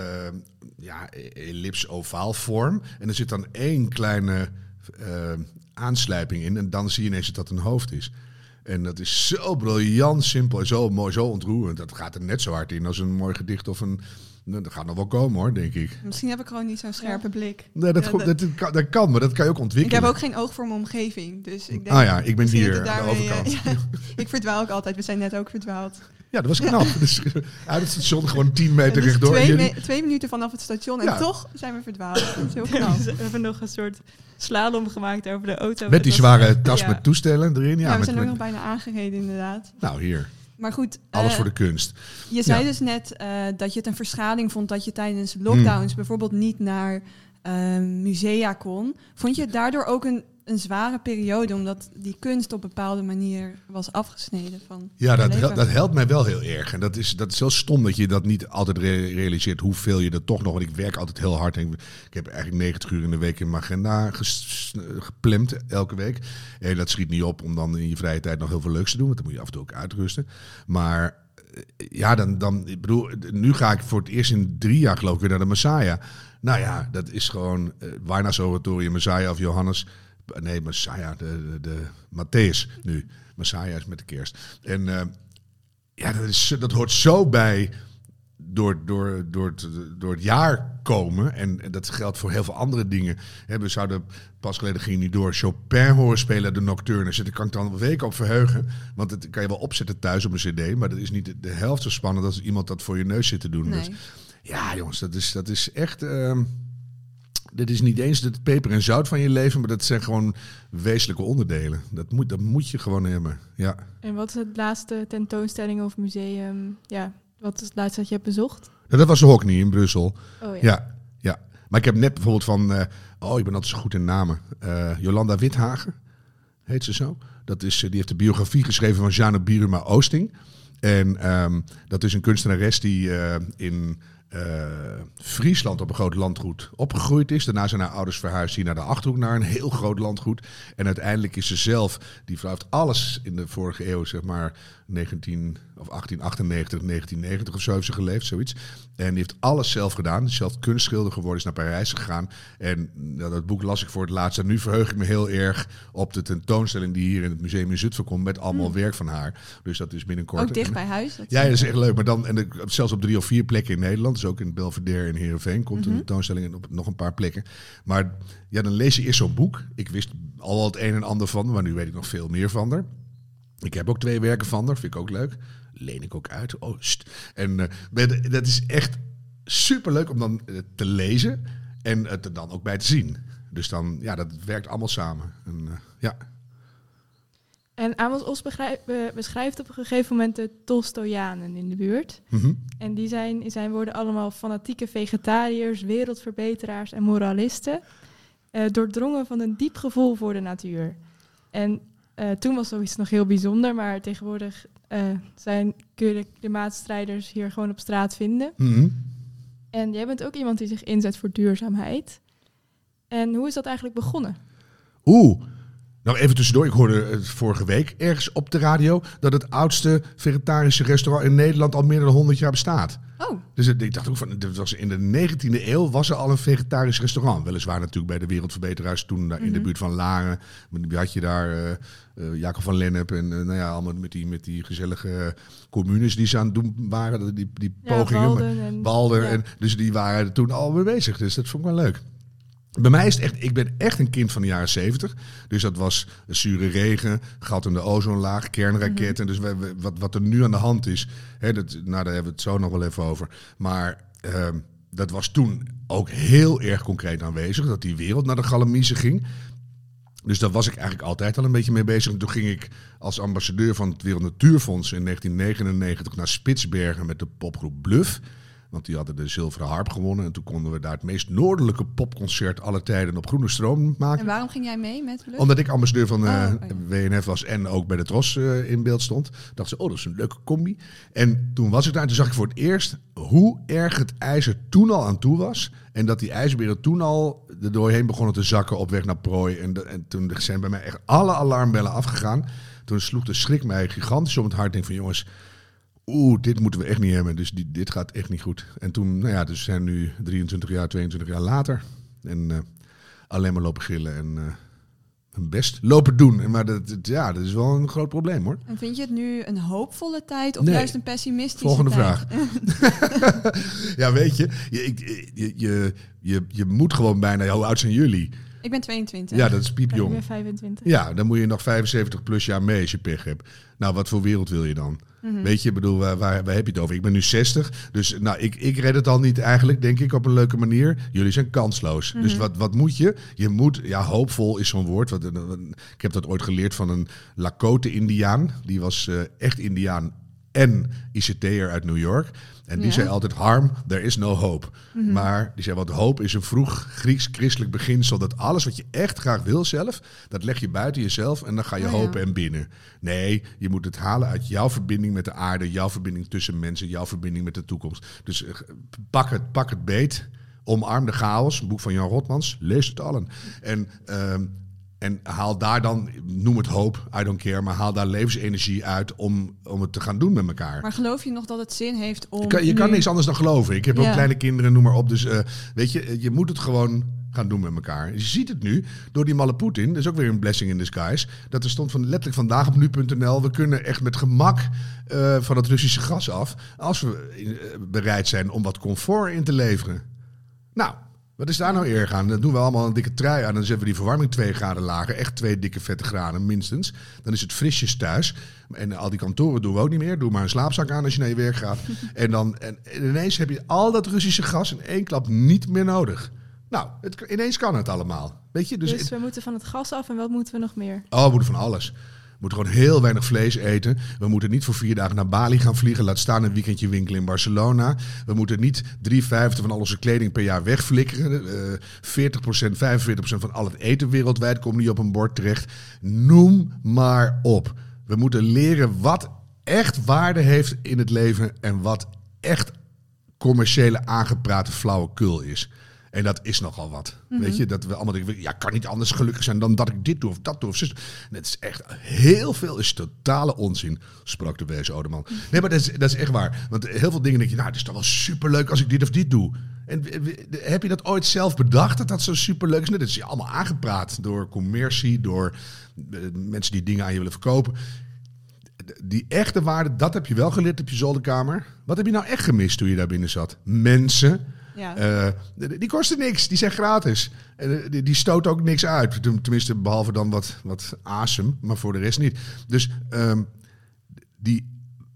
Speaker 1: ja, ellips-ovaal vorm. En er zit dan één kleine uh, aanslijping in. En dan zie je ineens dat het een hoofd is. En dat is zo briljant, simpel en zo mooi, zo ontroerend. Dat gaat er net zo hard in als een mooi gedicht of een. Dat gaat nog wel komen hoor, denk ik.
Speaker 2: Misschien heb ik gewoon niet zo'n scherpe blik.
Speaker 1: Nee, dat,
Speaker 2: ja,
Speaker 1: dat, dat, kan, dat kan, maar dat kan je ook ontwikkelen.
Speaker 2: Ik heb ook geen oog voor mijn omgeving. Dus ik denk,
Speaker 1: ah ja, ik ben hier
Speaker 2: daarmee,
Speaker 1: aan de overkant.
Speaker 2: Uh, ja, ik verdwaal ook altijd. We zijn net ook verdwaald.
Speaker 1: Ja, dat was knap. Ja. Dus uit het station gewoon tien meter
Speaker 2: dus
Speaker 1: rechtdoor.
Speaker 2: Twee, me- twee minuten vanaf het station en ja. toch zijn we verdwaald. Dat is heel knap.
Speaker 3: We hebben nog een soort slalom gemaakt over de auto.
Speaker 1: Met die
Speaker 3: was,
Speaker 1: zware tas
Speaker 3: ja.
Speaker 1: met toestellen erin. Ja,
Speaker 2: ja we
Speaker 1: met,
Speaker 2: zijn ook
Speaker 1: met,
Speaker 2: nog bijna aangereden inderdaad.
Speaker 1: Nou, hier.
Speaker 2: Maar goed.
Speaker 1: Alles
Speaker 2: uh,
Speaker 1: voor de kunst.
Speaker 2: Je zei
Speaker 1: ja.
Speaker 2: dus net uh, dat je het een verschaling vond dat je tijdens lockdowns hmm. bijvoorbeeld niet naar uh, musea kon. Vond je het daardoor ook een een zware periode, omdat die kunst op een bepaalde manier was afgesneden van
Speaker 1: Ja, dat,
Speaker 2: je
Speaker 1: hel-
Speaker 2: leven.
Speaker 1: dat helpt mij wel heel erg. En dat is, dat is wel stom dat je dat niet altijd re- realiseert hoeveel je er toch nog... Want ik werk altijd heel hard. En ik heb eigenlijk negentig uur in de week in mijn agenda ges- gepland elke week. En dat schiet niet op om dan in je vrije tijd nog heel veel leuks te doen. Want dan moet je af en toe ook uitrusten. Maar ja, dan, dan, ik bedoel, nu ga ik voor het eerst in drie jaar geloof ik weer naar de Messiah. Nou ja, dat is gewoon uh, Warna's Oratorium, Messiah of Johannes. Nee, Messiah, de, de, de Matthäus nu. Messiah is met de kerst. En uh, ja, dat, is, dat hoort zo bij door, door, door, het, door het jaar komen. En, en dat geldt voor heel veel andere dingen. He, we zouden pas geleden ging niet door Chopin horen spelen, de Nocturnes. Daar kan ik dan een week op verheugen. Want dat kan je wel opzetten thuis op een cd. Maar dat is niet de, de helft zo spannend als iemand dat voor je neus zit te doen.
Speaker 2: Nee.
Speaker 1: Dus, ja, jongens, dat is, dat is echt... Uh, dit is niet eens het peper en zout van je leven, maar dat zijn gewoon wezenlijke onderdelen. Dat moet, dat moet je gewoon hebben, ja.
Speaker 3: En wat is het laatste tentoonstelling of museum? Ja, wat is het laatste dat je hebt bezocht?
Speaker 1: Nou, dat was de Hockney in Brussel.
Speaker 3: Oh ja.
Speaker 1: Ja, ja. Maar ik heb net bijvoorbeeld van... Uh, oh, ik ben altijd zo goed in namen. Uh, Jolanda Withagen, heet ze zo. Dat is, uh, die heeft de biografie geschreven van Jeanne Biruma Oosting. En um, dat is een kunstenares die uh, in... Uh, Friesland op een groot landgoed opgegroeid is. Daarna zijn haar ouders verhuisd hier naar de Achterhoek, naar een heel groot landgoed. En uiteindelijk is ze zelf, die vrouw heeft alles in de vorige eeuw, zeg maar negentien of achttien achtennegentig, negentien negentig of zo heeft ze geleefd, zoiets. En die heeft alles zelf gedaan. Zelf kunstschilder geworden, is naar Parijs gegaan. En nou, dat boek las ik voor het laatst. En nu verheug ik me heel erg op de tentoonstelling die hier in het museum in Zutphen komt, met allemaal mm. werk van haar. Dus dat is binnenkort.
Speaker 2: Ook dicht bij huis. Dat
Speaker 1: ja, dat is echt leuk. Maar dan, en de, zelfs op drie of vier plekken in Nederland. Dus ook in Belvedere en Heerenveen komt mm-hmm. een tentoonstelling en op nog een paar plekken. Maar ja, dan lees je eerst zo'n boek. Ik wist al wel het een en ander van, maar nu weet ik nog veel meer van haar. Ik heb ook twee werken van haar, vind ik ook leuk. Leen ik ook uit. Oh, st. En uh, dat is echt superleuk om dan uh, te lezen en het er dan ook bij te zien. Dus dan, ja, dat werkt allemaal samen. En, uh, ja.
Speaker 3: En Amos Oz begrijp, uh, beschrijft op een gegeven moment de Tolstojanen in de buurt.
Speaker 1: Mm-hmm.
Speaker 3: En die zijn in zijn woorden allemaal fanatieke vegetariërs, wereldverbeteraars en moralisten. Uh, doordrongen van een diep gevoel voor de natuur. En uh, toen was zoiets nog heel bijzonder, maar tegenwoordig uh, zijn, kun je de klimaatstrijders hier gewoon op straat vinden.
Speaker 1: Mm-hmm.
Speaker 3: En jij bent ook iemand die zich inzet voor duurzaamheid. En hoe is dat eigenlijk begonnen?
Speaker 1: Oeh. Nou, even tussendoor. Ik hoorde het vorige week ergens op de radio dat het oudste vegetarische restaurant in Nederland al meer dan honderd jaar bestaat.
Speaker 2: Oh.
Speaker 1: Dus ik dacht ook van, dat was in de negentiende eeuw was er al een vegetarisch restaurant. Weliswaar natuurlijk bij de Wereldverbeteraars toen daar mm-hmm. in de buurt van Laren. Had je daar uh, uh, Jacob van Lennep en uh, nou ja, allemaal met die, met die gezellige communes die ze aan het doen waren. Die, die
Speaker 3: ja,
Speaker 1: pogingen.
Speaker 3: Walden en,
Speaker 1: Walden
Speaker 3: ja.
Speaker 1: en, dus die waren toen al mee bezig. Dus dat vond ik wel leuk. Bij mij is het echt, ik ben echt een kind van de jaren zeventig. Dus dat was zure regen, gat in de ozonlaag, kernraketten. Mm-hmm. Dus we, we, wat, wat er nu aan de hand is, hè, dat, nou, daar hebben we het zo nog wel even over. Maar uh, dat was toen ook heel erg concreet aanwezig, dat die wereld naar de galamiezen ging. Dus daar was ik eigenlijk altijd al een beetje mee bezig. En toen ging ik als ambassadeur van het Wereld Natuurfonds in negentien negenennegentig naar Spitsbergen met de popgroep Bluff. Want die hadden de Zilveren Harp gewonnen. En toen konden we daar het meest noordelijke popconcert aller tijden op groene stroom maken.
Speaker 2: En waarom ging jij mee met Bluff?
Speaker 1: Omdat ik ambassadeur van uh,
Speaker 2: oh, oh ja.
Speaker 1: W N F was en ook bij de Tros uh, in beeld stond. Dacht ze, oh, dat is een leuke combi. En toen was ik daar en toen zag ik voor het eerst hoe erg het ijzer toen al aan toe was. En dat die ijsberen toen al er doorheen begonnen te zakken op weg naar prooi. En, de, en toen zijn bij mij echt alle alarmbellen afgegaan. Toen sloeg de schrik mij gigantisch om het hart. Ik denk van jongens... Oeh, dit moeten we echt niet hebben. Dus die, dit gaat echt niet goed. En toen, nou ja, dus zijn nu drieëntwintig jaar, tweeëntwintig jaar later. En uh, alleen maar lopen gillen en uh, hun best lopen doen. Maar dat, dat, ja, dat is wel een groot probleem hoor.
Speaker 2: En vind je het nu een hoopvolle tijd of
Speaker 1: nee.
Speaker 2: juist een pessimistische
Speaker 1: Volgende
Speaker 2: tijd?
Speaker 1: vraag. Ja, weet je je, je, je, je, je moet gewoon bijna... Hoe oud zijn jullie?
Speaker 2: Ik ben tweeëntwintig.
Speaker 1: Ja, dat is piepjong.
Speaker 3: Ik ben vijfentwintig.
Speaker 1: Ja, dan moet je nog vijfenzeventig plus jaar mee als je pech hebt. Nou, wat voor wereld wil je dan? Mm-hmm. Weet je, ik bedoel, waar, waar, waar heb je het over? Ik ben nu zestig, dus nou, ik, ik red het al niet eigenlijk, denk ik, op een leuke manier. Jullie zijn kansloos. Mm-hmm. Dus wat, wat moet je? Je moet, ja, hoopvol is zo'n woord. Wat, ik heb dat ooit geleerd van een Lakota-Indiaan. Die was uh, echt Indiaan en I C T'er uit New York. En die
Speaker 2: Ja.
Speaker 1: zei altijd, harm, there is no hope.
Speaker 2: Mhm.
Speaker 1: Maar die zei, want hoop is een vroeg Grieks-christelijk beginsel, dat alles wat je echt graag wil zelf, dat leg je buiten jezelf en dan ga je
Speaker 2: Oh ja.
Speaker 1: hopen en binnen. Nee, je moet het halen uit jouw verbinding met de aarde, jouw verbinding tussen mensen, jouw verbinding met de toekomst. Dus uh, pak het, pak het beet, omarm de chaos, een boek van Jan Rotmans, lees het allen. En... Um, En haal daar dan, noem het hoop, I don't care, maar haal daar levensenergie uit om, om het te gaan doen met elkaar.
Speaker 2: Maar geloof je nog dat het zin heeft om...
Speaker 1: Je kan, je kan
Speaker 2: nu-
Speaker 1: niks anders dan geloven. Ik heb ook
Speaker 2: Ja.
Speaker 1: kleine kinderen, noem maar op. Dus uh, weet je, je moet het gewoon gaan doen met elkaar. Je ziet het nu door die malle Poetin. Dat is ook weer een blessing in disguise. Dat er stond van letterlijk vandaag op nu punt n l. We kunnen echt met gemak uh, van het Russische gas af. Als we uh, bereid zijn om wat comfort in te leveren. Nou... Wat is daar nou erg aan? Dan doen we allemaal een dikke trui aan. Dan zetten we die verwarming twee graden lager. Echt twee dikke vette graden minstens. Dan is het frisjes thuis. En al die kantoren doen we ook niet meer. Doe maar een slaapzak aan als je naar je werk gaat. En dan en ineens heb je al dat Russische gas in één klap niet meer nodig. Nou, het, ineens kan het allemaal. Weet je? Dus,
Speaker 3: Dus
Speaker 1: het,
Speaker 3: we moeten van het gas af en wat moeten we nog meer?
Speaker 1: oh, we moeten van alles. We moeten gewoon heel weinig vlees eten. We moeten niet voor vier dagen naar Bali gaan vliegen. Laat staan een weekendje winkelen in Barcelona. We moeten niet drie vijfde van al onze kleding per jaar wegflikkeren. Uh, veertig procent, vijfenveertig procent van al het eten wereldwijd komt niet op een bord terecht. Noem maar op. We moeten leren wat echt waarde heeft in het leven en wat echt commerciële aangeprate flauwekul is. En dat is nogal wat. Mm-hmm. Weet je, dat we allemaal denken, ja, kan niet anders gelukkig zijn dan dat ik dit doe of dat doe. Of zus. En het is echt, heel veel is totale onzin, sprak de wees Oudeman. Nee, maar dat is, dat is echt waar. Want heel veel dingen denk je, nou, het is toch wel superleuk als ik dit of dit doe. En heb je dat ooit zelf bedacht, dat dat zo superleuk is? Nee, dat is je allemaal aangepraat door commercie, door uh, mensen die dingen aan je willen verkopen. Die echte waarde, dat heb je wel geleerd op je zolderkamer. Wat heb je nou echt gemist toen je daar binnen zat? Mensen...
Speaker 2: Ja.
Speaker 1: Uh, die kosten niks, die zijn gratis. Uh, die, die stoten ook niks uit. Tenminste, behalve dan wat, wat asem, maar voor de rest niet. Dus um, die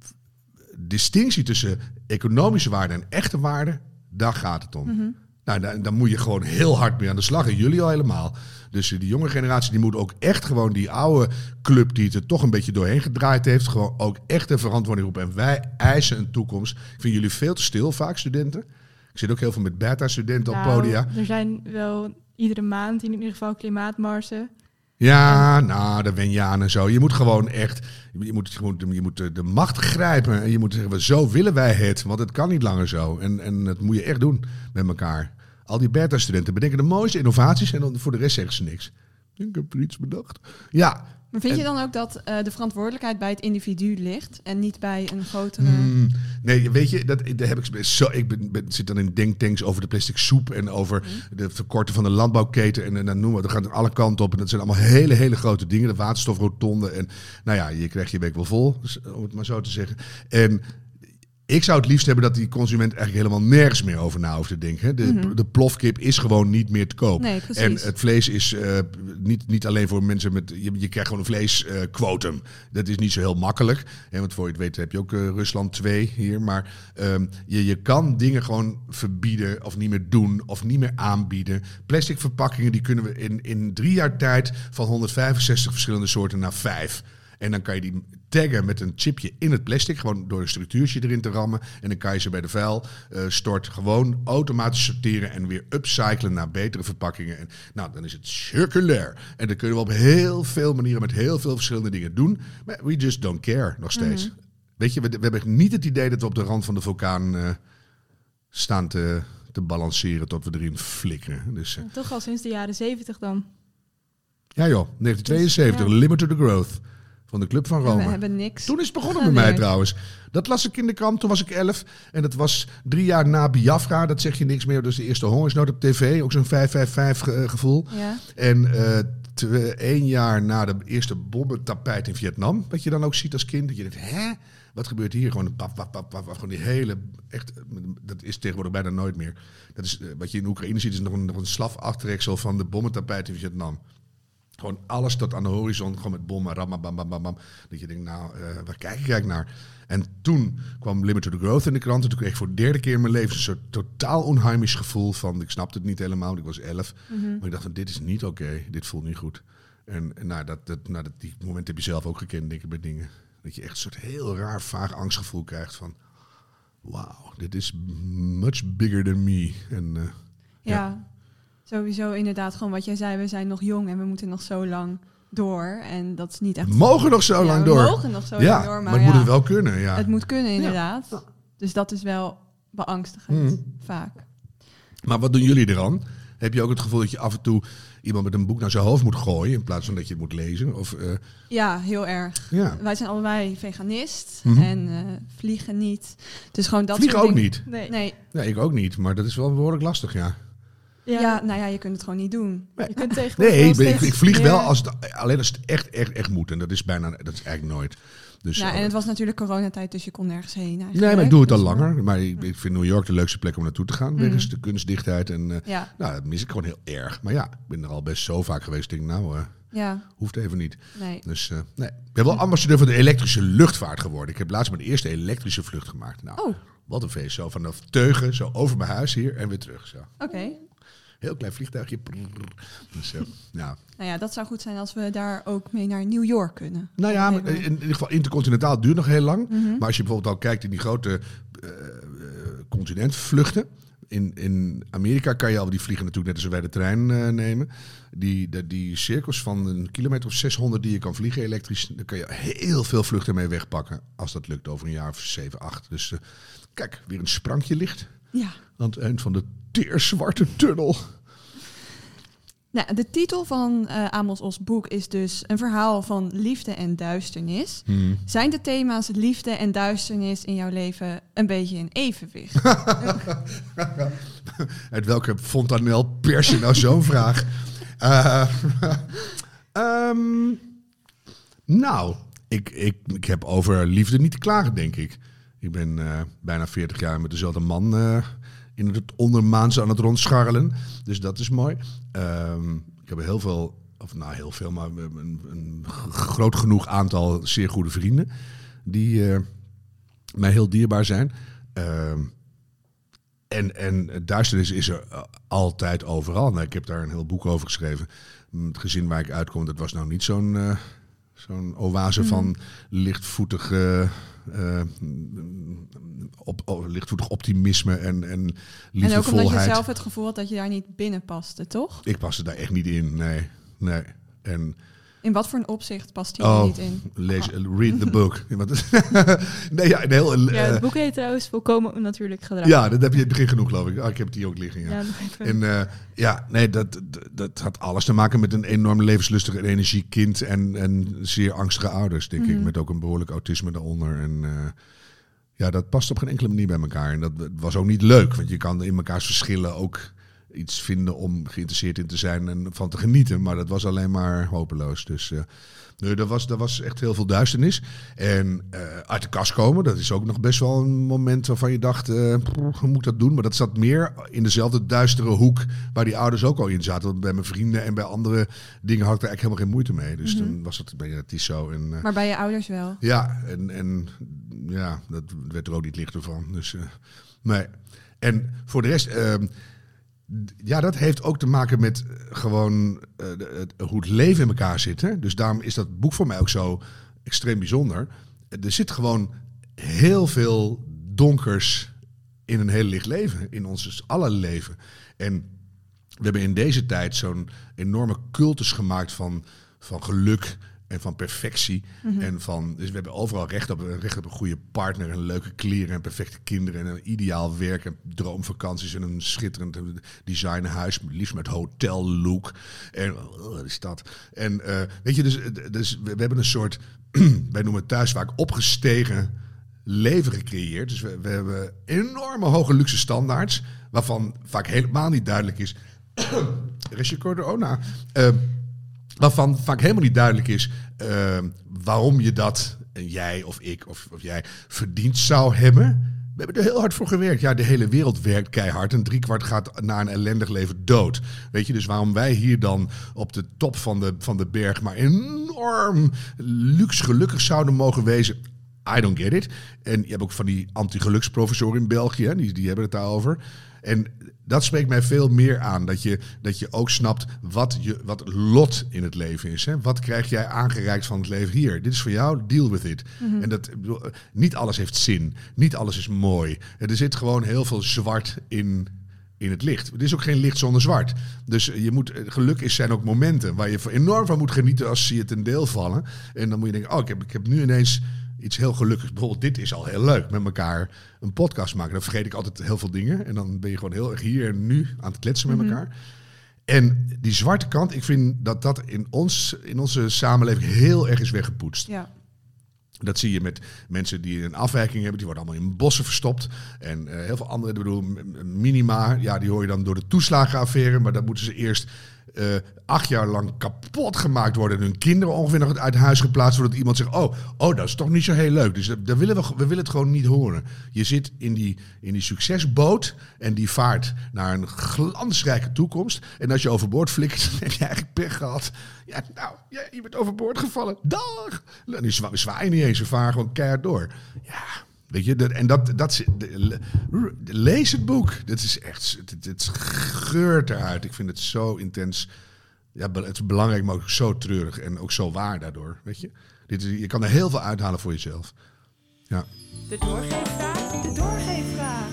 Speaker 1: distinctie tussen economische waarde en echte waarde, daar gaat het om. Mm-hmm. Nou, daar, daar moet je gewoon heel hard mee aan de slag. En jullie al helemaal. Dus uh, die jonge generatie die moet ook echt gewoon die oude club die het er toch een beetje doorheen gedraaid heeft, gewoon ook echt de verantwoording roepen. En wij eisen een toekomst. Ik vind jullie veel te stil vaak, studenten. Ik zit ook heel veel met beta-studenten nou, op podia.
Speaker 3: Er zijn wel iedere maand in ieder geval klimaatmarsen.
Speaker 1: Ja, nou, daar wen je aan en zo. Je moet gewoon echt, je moet, je moet, je moet de, de macht grijpen. En je moet zeggen, zo willen wij het. Want het kan niet langer zo. En, en dat moet je echt doen met elkaar. Al die beta-studenten bedenken de mooiste innovaties. En dan voor de rest zeggen ze niks. Ik heb er iets bedacht. Ja.
Speaker 2: Maar vind je
Speaker 1: en,
Speaker 2: dan ook dat uh, de verantwoordelijkheid bij het individu ligt en niet bij een grotere...
Speaker 1: Mm, nee, weet je, dat, dat heb ik zo. Ik ben, ben, zit dan in denktanks over de plastic soep en over mm. de verkorten van de landbouwketen en, en dan noemen we, dat gaat aan alle kanten op en dat zijn allemaal hele, hele grote dingen. De waterstofrotonde en nou ja, je krijgt je week wel vol, om het maar zo te zeggen. En ik zou het liefst hebben dat die consument eigenlijk helemaal nergens meer over na hoeft te denken. De, mm-hmm. de plofkip is gewoon niet meer te koop.
Speaker 2: Nee,
Speaker 1: en het vlees is uh, niet, niet alleen voor mensen met... Je, je krijgt gewoon een vleesquotum. Uh, dat is niet zo heel makkelijk. Hè, want voor je het weet heb je ook uh, Rusland twee hier. Maar um, je, je kan dingen gewoon verbieden of niet meer doen of niet meer aanbieden. Plastic verpakkingen die kunnen we in, in drie jaar tijd van honderdvijfenzestig verschillende soorten naar vijf. En dan kan je die taggen met een chipje in het plastic, gewoon door een structuurtje erin te rammen. En dan kan je ze bij de vuilstort uh, gewoon automatisch sorteren en weer upcyclen naar betere verpakkingen. En nou, dan is het circulair. En dat kunnen we op heel veel manieren met heel veel verschillende dingen doen. Maar we just don't care nog steeds. Mm-hmm. Weet je, we, we hebben niet het idee dat we op de rand van de vulkaan uh, staan te, te balanceren tot we erin flikkeren. Dus, uh,
Speaker 3: toch al sinds de jaren zeventig dan?
Speaker 1: Ja joh, negentien tweeënzeventig, dus, ja. Limit to the Growth. Van de Club van Rome.
Speaker 2: We hebben niks.
Speaker 1: Toen is het begonnen geleerd. Bij mij trouwens. Dat las ik in de krant, toen was ik elf. En dat was drie jaar na Biafra. Dat zeg je niks meer. Dus de eerste hongersnood op tv. Ook zo'n vijf vijf vijf ge- gevoel.
Speaker 2: Ja.
Speaker 1: En uh, twee, één jaar na de eerste bombentapijt in Vietnam. Wat je dan ook ziet als kind. Dat je denkt, hè? Wat gebeurt hier? Gewoon een pap, pap, pap, pap. Gewoon die hele... Echt, dat is tegenwoordig bijna nooit meer. Dat is, uh, wat je in Oekraïne ziet is nog een, nog een slafaftreksel van de bombentapijt in Vietnam. Gewoon alles tot aan de horizon, gewoon met bommen, ram, bam, bam, bam, bam. Dat je denkt, nou, uh, waar kijk ik eigenlijk naar? En toen kwam Limit to the Growth in de krant. En toen kreeg ik voor de derde keer in mijn leven een soort totaal onheimisch gevoel van... Ik snapte het niet helemaal, want ik was elf. Mm-hmm. Maar ik dacht van, dit is niet oké, okay, dit voelt niet goed. En, en nou, dat, dat, nou, dat, die moment heb je zelf ook gekend, denk ik, bij dingen. Dat je echt een soort heel raar, vaag angstgevoel krijgt van... Wauw, dit is much bigger than me. En, uh,
Speaker 2: ja,
Speaker 1: ja,
Speaker 2: sowieso inderdaad gewoon wat jij zei. We zijn nog jong en we moeten nog zo lang door. En dat is niet echt...
Speaker 1: We mogen nog zo
Speaker 2: ja,
Speaker 1: lang
Speaker 2: we
Speaker 1: door.
Speaker 2: We mogen nog zo
Speaker 1: ja,
Speaker 2: lang door, maar,
Speaker 1: maar het
Speaker 2: ja,
Speaker 1: moet het wel kunnen. Ja.
Speaker 2: Het moet kunnen, inderdaad.
Speaker 1: Ja.
Speaker 2: Dus dat is wel beangstigend,
Speaker 1: Mm.
Speaker 2: vaak.
Speaker 1: Maar wat doen jullie er dan? Heb je ook het gevoel dat je af en toe iemand met een boek naar zijn hoofd moet gooien... in plaats van dat je het moet lezen? Of, uh...
Speaker 2: Ja, heel erg.
Speaker 1: ja.
Speaker 2: Wij zijn allebei veganist
Speaker 1: Mm-hmm.
Speaker 2: en uh, vliegen niet. Dus gewoon dat
Speaker 1: Vliegen
Speaker 2: soort
Speaker 1: ook
Speaker 2: dingen.
Speaker 1: niet?
Speaker 3: Nee.
Speaker 2: Nee.
Speaker 1: Ja, ik ook niet, maar dat is wel behoorlijk lastig, ja.
Speaker 2: Ja.
Speaker 3: Ja,
Speaker 2: nou ja, je kunt het gewoon niet doen.
Speaker 3: je kunt tegenwoordig
Speaker 1: Nee,
Speaker 3: wel
Speaker 1: ik, ik,
Speaker 3: steeds
Speaker 1: ik vlieg
Speaker 3: meer-
Speaker 1: wel als het, alleen als het echt, echt, echt moet. En dat is bijna, dat is eigenlijk nooit. Dus,
Speaker 2: Ja, en het was natuurlijk coronatijd, dus je kon nergens heen eigenlijk.
Speaker 1: nee, maar ik doe het al
Speaker 2: Dus,
Speaker 1: langer. Maar ik, ik vind New York de leukste plek om naartoe te gaan.
Speaker 2: Mhm.
Speaker 1: Wegens de kunstdichtheid. En uh,
Speaker 2: Ja,
Speaker 1: nou, dat mis ik gewoon heel erg. Maar ja, ik ben er al best zo vaak geweest. Ik denk, nou, uh,
Speaker 2: ja,
Speaker 1: hoeft even niet.
Speaker 2: nee.
Speaker 1: Dus uh, nee. Ik ben wel ambassadeur van de elektrische luchtvaart geworden. Ik heb laatst mijn eerste elektrische vlucht gemaakt. Nou,
Speaker 2: Oh,
Speaker 1: wat een feest. Zo vanaf Teugen, zo over mijn huis hier en weer terug. Zo.
Speaker 2: oké.
Speaker 1: Heel klein vliegtuigje. Dus, uh, ja.
Speaker 2: Nou ja, dat zou goed zijn als we daar ook mee naar New York kunnen.
Speaker 1: Nou ja, maar in, in ieder geval intercontinentaal duurt nog heel lang.
Speaker 2: Mhm.
Speaker 1: Maar als je bijvoorbeeld al kijkt in die grote uh, uh, continentvluchten. In, in Amerika kan je al die vliegen natuurlijk net als wij de trein uh, nemen. Die, die, die cirkels van een kilometer of zeshonderd die je kan vliegen elektrisch. Daar kan je heel veel vluchten mee wegpakken. Als dat lukt over een jaar of zeven, acht. Dus uh, kijk, weer een sprankje licht
Speaker 2: Ja.
Speaker 1: aan het eind van de teerzwarte tunnel.
Speaker 2: Nou, de titel van uh, Amos Oz boek is dus een verhaal van liefde en duisternis.
Speaker 1: Hmm.
Speaker 2: Zijn de thema's liefde en duisternis in jouw leven een beetje in evenwicht?
Speaker 1: Uit welke fontanel pers je nou zo'n vraag? Uh, um, nou, ik, ik, ik heb over liefde niet te klagen, denk ik. Ik ben uh, bijna veertig jaar met dezelfde man uh, in het ondermaanse aan het rondscharrelen. Dus dat is mooi. Um, ik heb heel veel, of nou heel veel, maar een, een groot genoeg aantal zeer goede vrienden. Die uh, mij heel dierbaar zijn. Um, En, en duisternis is er uh, altijd overal. Nou, ik heb daar een heel boek over geschreven. Het gezin waar ik uitkom, dat was nou niet zo'n uh, zo'n oase mm. van lichtvoetig, uh, uh, op, oh, lichtvoetig optimisme en, en liefdevolheid.
Speaker 2: En ook omdat je zelf het gevoel had dat je daar niet binnen paste, toch?
Speaker 1: Ik paste daar echt niet in, nee. nee. En
Speaker 2: in wat voor een opzicht past hij
Speaker 1: oh,
Speaker 2: er niet in?
Speaker 1: Lees, read the book. nee, ja, een heel, uh,
Speaker 3: ja, het boek heet trouwens Volkomen Natuurlijk Gedrag.
Speaker 1: Ja, dat heb je in het begin genoeg, geloof ik. Oh, ik heb het hier ook liggen. Ja,
Speaker 3: ja,
Speaker 1: en uh, ja, nee, dat, dat, dat had alles te maken met een enorm levenslustig en energiek kind en, en zeer angstige ouders, denk mm-hmm. ik. Met ook een behoorlijk autisme daaronder. En uh, ja, dat past op geen enkele manier bij elkaar. En dat was ook niet leuk, want je kan in mekaars verschillen ook iets vinden om geïnteresseerd in te zijn en van te genieten. Maar dat was alleen maar hopeloos. Dus uh, nee, dat was, dat was echt heel veel duisternis. En uh, uit de kast komen, dat is ook nog best wel een moment waarvan je dacht, uh, hoe moet dat doen? Maar dat zat meer in dezelfde duistere hoek waar die ouders ook al in zaten. Want bij mijn vrienden en bij andere dingen had ik er eigenlijk helemaal geen moeite mee. Dus mm-hmm. dan was het bij het is zo. En, uh,
Speaker 2: maar bij je ouders wel?
Speaker 1: Ja, en, en ja, dat werd er ook niet lichter van. Dus uh, nee. En voor de rest... Uh, Ja, dat heeft ook te maken met gewoon uh, de, het, hoe het leven in elkaar zit. Hè? Dus daarom is dat boek voor mij ook zo extreem bijzonder. Er zit gewoon heel veel donkers in een heel licht leven. In ons alle leven. En we hebben in deze tijd zo'n enorme cultus gemaakt van, van geluk en van perfectie. Mm-hmm. En van, dus we hebben overal recht op, recht op een goede partner en leuke kleren en perfecte kinderen en een ideaal werk en droomvakanties en een schitterend designhuis, liefst met hotellook. En oh, wat is dat? En uh, weet je, dus, dus we, we hebben een soort, wij noemen het thuis vaak opgestegen leven gecreëerd. Dus we, we hebben enorme hoge luxe standaards, waarvan vaak helemaal niet duidelijk is. Restje corona. Uh, Waarvan vaak helemaal niet duidelijk is uh, waarom je dat, en jij of ik of, of jij, verdiend zou hebben. We hebben er heel hard voor gewerkt. Ja, de hele wereld werkt keihard en driekwart gaat na een ellendig leven dood. Weet je, dus waarom wij hier dan op de top van de, van de berg maar enorm luxe gelukkig zouden mogen wezen, I don't get it. En je hebt ook van die anti-geluksprofessoren in België, hè, die, die hebben het daarover. En dat spreekt mij veel meer aan. Dat je, dat je ook snapt wat, je, wat lot in het leven is. Hè? Wat krijg jij aangereikt van het leven hier? Dit is voor jou, deal with it. Mm-hmm. En dat, niet alles heeft zin. Niet alles is mooi. Er zit gewoon heel veel zwart in, in het licht. Er is ook geen licht zonder zwart. Dus je moet, geluk is zijn ook momenten waar je enorm van moet genieten als ze je ten deel vallen. En dan moet je denken, oh, ik heb, ik heb nu ineens iets heel gelukkigs. Bijvoorbeeld, dit is al heel leuk, met elkaar een podcast maken. Dan vergeet ik altijd heel veel dingen. En dan ben je gewoon heel erg hier en nu aan het kletsen met mm-hmm. elkaar. En die zwarte kant, ik vind dat dat in, ons, in onze samenleving heel erg is weggepoetst.
Speaker 2: Ja.
Speaker 1: Dat zie je met mensen die een afwijking hebben. Die worden allemaal in bossen verstopt. En uh, heel veel andere, ik bedoel, minima. Ja, die hoor je dan door de toeslagenaffaire. Maar dan moeten ze eerst uh, acht jaar lang kapot gemaakt worden. En hun kinderen ongeveer nog uit huis geplaatst worden. Dat iemand zegt, oh, oh, dat is toch niet zo heel leuk. Dus dat, dat willen we, we willen het gewoon niet horen. Je zit in die, in die succesboot. En die vaart naar een glansrijke toekomst. En als je overboord flikkert, dan heb je eigenlijk pech gehad. Ja, nou, ja, je bent overboord gevallen. Dag! En die zwa- zwaaien niet eens, ze varen gewoon keihard door. Ja, weet je, dat, en dat, dat de, de, lees het boek. Dat is echt, het, het geurt eruit. Ik vind het zo intens. Ja, het is belangrijk, maar ook zo treurig en ook zo waar daardoor, weet je. Dit is, je kan er heel veel uithalen voor jezelf. Ja.
Speaker 3: De doorgeefvraag. De doorgeefvraag.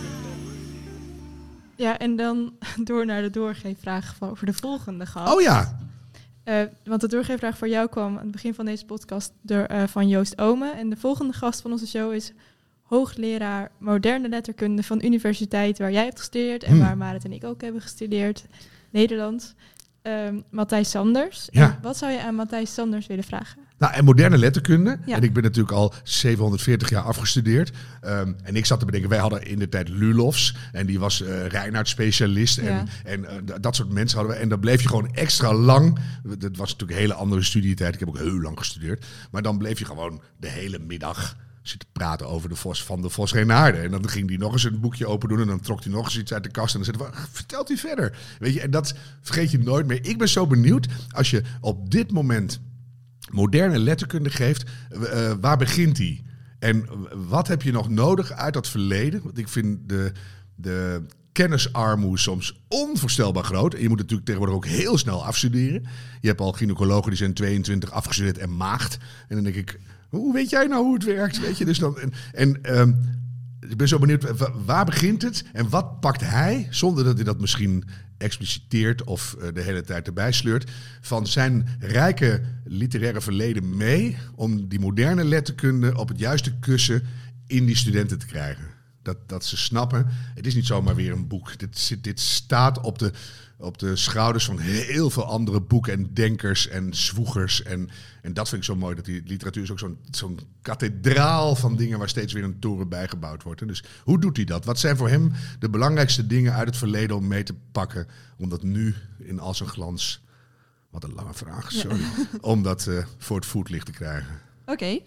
Speaker 3: Ja, en dan door naar de doorgeefvraag over de volgende gast.
Speaker 1: Oh ja.
Speaker 3: Uh, want de doorgeefvraag voor jou kwam aan het begin van deze podcast door, uh, van Joost Omen. En de volgende gast van onze show is hoogleraar moderne letterkunde van de universiteit waar jij hebt gestudeerd en hmm. waar Marit en ik ook hebben gestudeerd, Nederlands. Um, Matthijs Sanders.
Speaker 1: Ja.
Speaker 3: En wat zou je aan Matthijs Sanders willen vragen?
Speaker 1: Nou, en moderne letterkunde.
Speaker 3: Ja.
Speaker 1: En ik ben natuurlijk al zevenhonderdveertig jaar afgestudeerd. Um, en ik zat te bedenken, wij hadden in de tijd Lulofs. En die was uh, Reinhard-specialist. En,
Speaker 2: Ja.
Speaker 1: en uh, dat soort mensen hadden we. En dan bleef je gewoon extra lang. Dat was natuurlijk een hele andere studietijd. Ik heb ook heel lang gestudeerd. Maar dan bleef je gewoon de hele middag zitten praten over de Vos van de Vos Renaarde. En dan ging hij nog eens een boekje open doen en dan trok hij nog eens iets uit de kast en dan zei hij, vertelt hij verder. Weet je, en dat vergeet je nooit meer. Ik ben zo benieuwd als je op dit moment moderne letterkunde geeft, uh, waar begint hij? En wat heb je nog nodig uit dat verleden? Want ik vind de, de kennisarmoede soms onvoorstelbaar groot. En je moet natuurlijk tegenwoordig ook heel snel afstuderen. Je hebt al gynaecologen die zijn tweeëntwintig afgestudeerd en maagd. En dan denk ik, hoe weet jij nou hoe het werkt? Weet je, dus dan, en en um, ik ben zo benieuwd, waar begint het? En wat pakt hij, zonder dat hij dat misschien expliciteert of uh, de hele tijd erbij sleurt, van zijn rijke literaire verleden mee om die moderne letterkunde op het juiste kussen in die studenten te krijgen? Dat, dat ze snappen, het is niet zomaar weer een boek. Dit, dit staat op de, op de schouders van heel veel andere boeken en denkers en zwoegers. En, en dat vind ik zo mooi, dat die literatuur is ook zo'n, zo'n kathedraal van dingen waar steeds weer een toren bijgebouwd wordt. Dus hoe doet hij dat? Wat zijn voor hem de belangrijkste dingen uit het verleden om mee te pakken? Om dat nu in al zijn glans, wat een lange vraag, sorry, ja. om dat uh, voor het voetlicht te krijgen.
Speaker 2: Oké. Okay.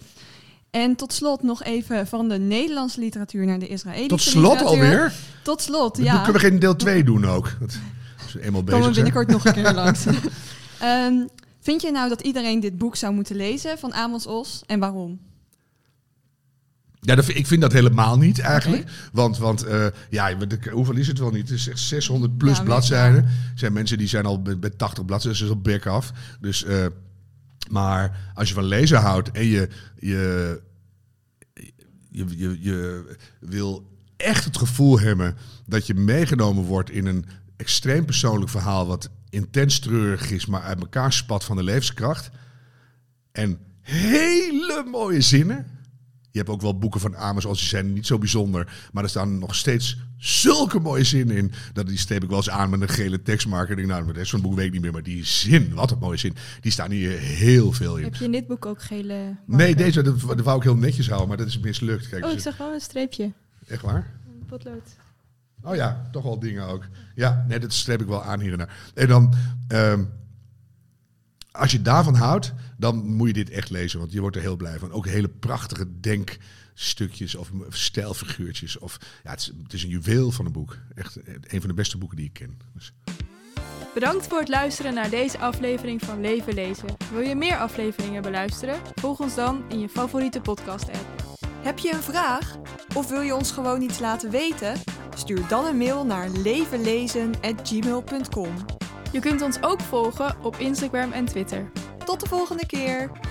Speaker 2: En tot slot nog even van de Nederlandse literatuur naar de Israëlische
Speaker 1: Tot slot
Speaker 2: literatuur.
Speaker 1: alweer?
Speaker 2: Tot slot, ja.
Speaker 1: Kunnen we geen deel twee doen ook? Dat is eenmaal bezig.
Speaker 2: Komen we binnenkort nog een keer langs. um, vind je nou dat iedereen dit boek zou moeten lezen van Amos Oz en waarom?
Speaker 1: Ja, dat, ik vind dat helemaal niet eigenlijk.
Speaker 2: Okay.
Speaker 1: Want, want uh, ja, hoeveel is het wel niet? Het is echt zeshonderd plus
Speaker 2: ja,
Speaker 1: bladzijden. Er zijn mensen die zijn al bij, bij tachtig bladzijden, dus al bek af. Dus, uh, maar als je van lezen houdt en je, je, je, je, je wil echt het gevoel hebben dat je meegenomen wordt in een extreem persoonlijk verhaal wat intens treurig is, maar uit elkaar spat van de levenskracht. En hele mooie zinnen. Je hebt ook wel boeken van Amos Oz, die zijn niet zo bijzonder. Maar er staan nog steeds zulke mooie zinnen in. Dat die streep ik wel eens aan met een gele tekstmarker. Ik denk, nou, de rest van het boek weet ik niet meer. Maar die zin, wat een mooie zin. Die staan hier heel veel in.
Speaker 3: Heb je in dit boek ook gele marker?
Speaker 1: Nee, deze, dat, dat wou ik heel netjes houden. Maar dat is mislukt. Kijk,
Speaker 3: oh, ik
Speaker 1: dus,
Speaker 3: zag wel een streepje.
Speaker 1: echt waar?
Speaker 3: Een potlood.
Speaker 1: Oh ja, toch wel dingen ook. Ja, nee, dat streep ik wel aan hier en daar. En dan, um, als je daarvan houdt, dan moet je dit echt lezen. Want je wordt er heel blij van. Ook hele prachtige denkstukjes of stijlfiguurtjes. Of, ja, het, is, het is een juweel van een boek. Echt een van de beste boeken die ik ken. Dus.
Speaker 3: Bedankt voor het luisteren naar deze aflevering van Leven Lezen. Wil je meer afleveringen beluisteren? Volg ons dan in je favoriete podcast-app.
Speaker 2: Heb je een vraag? Of wil je ons gewoon iets laten weten? Stuur dan een mail naar levenlezen at gmail punt com.
Speaker 3: Je kunt ons ook volgen op Instagram en Twitter.
Speaker 2: Tot de volgende keer!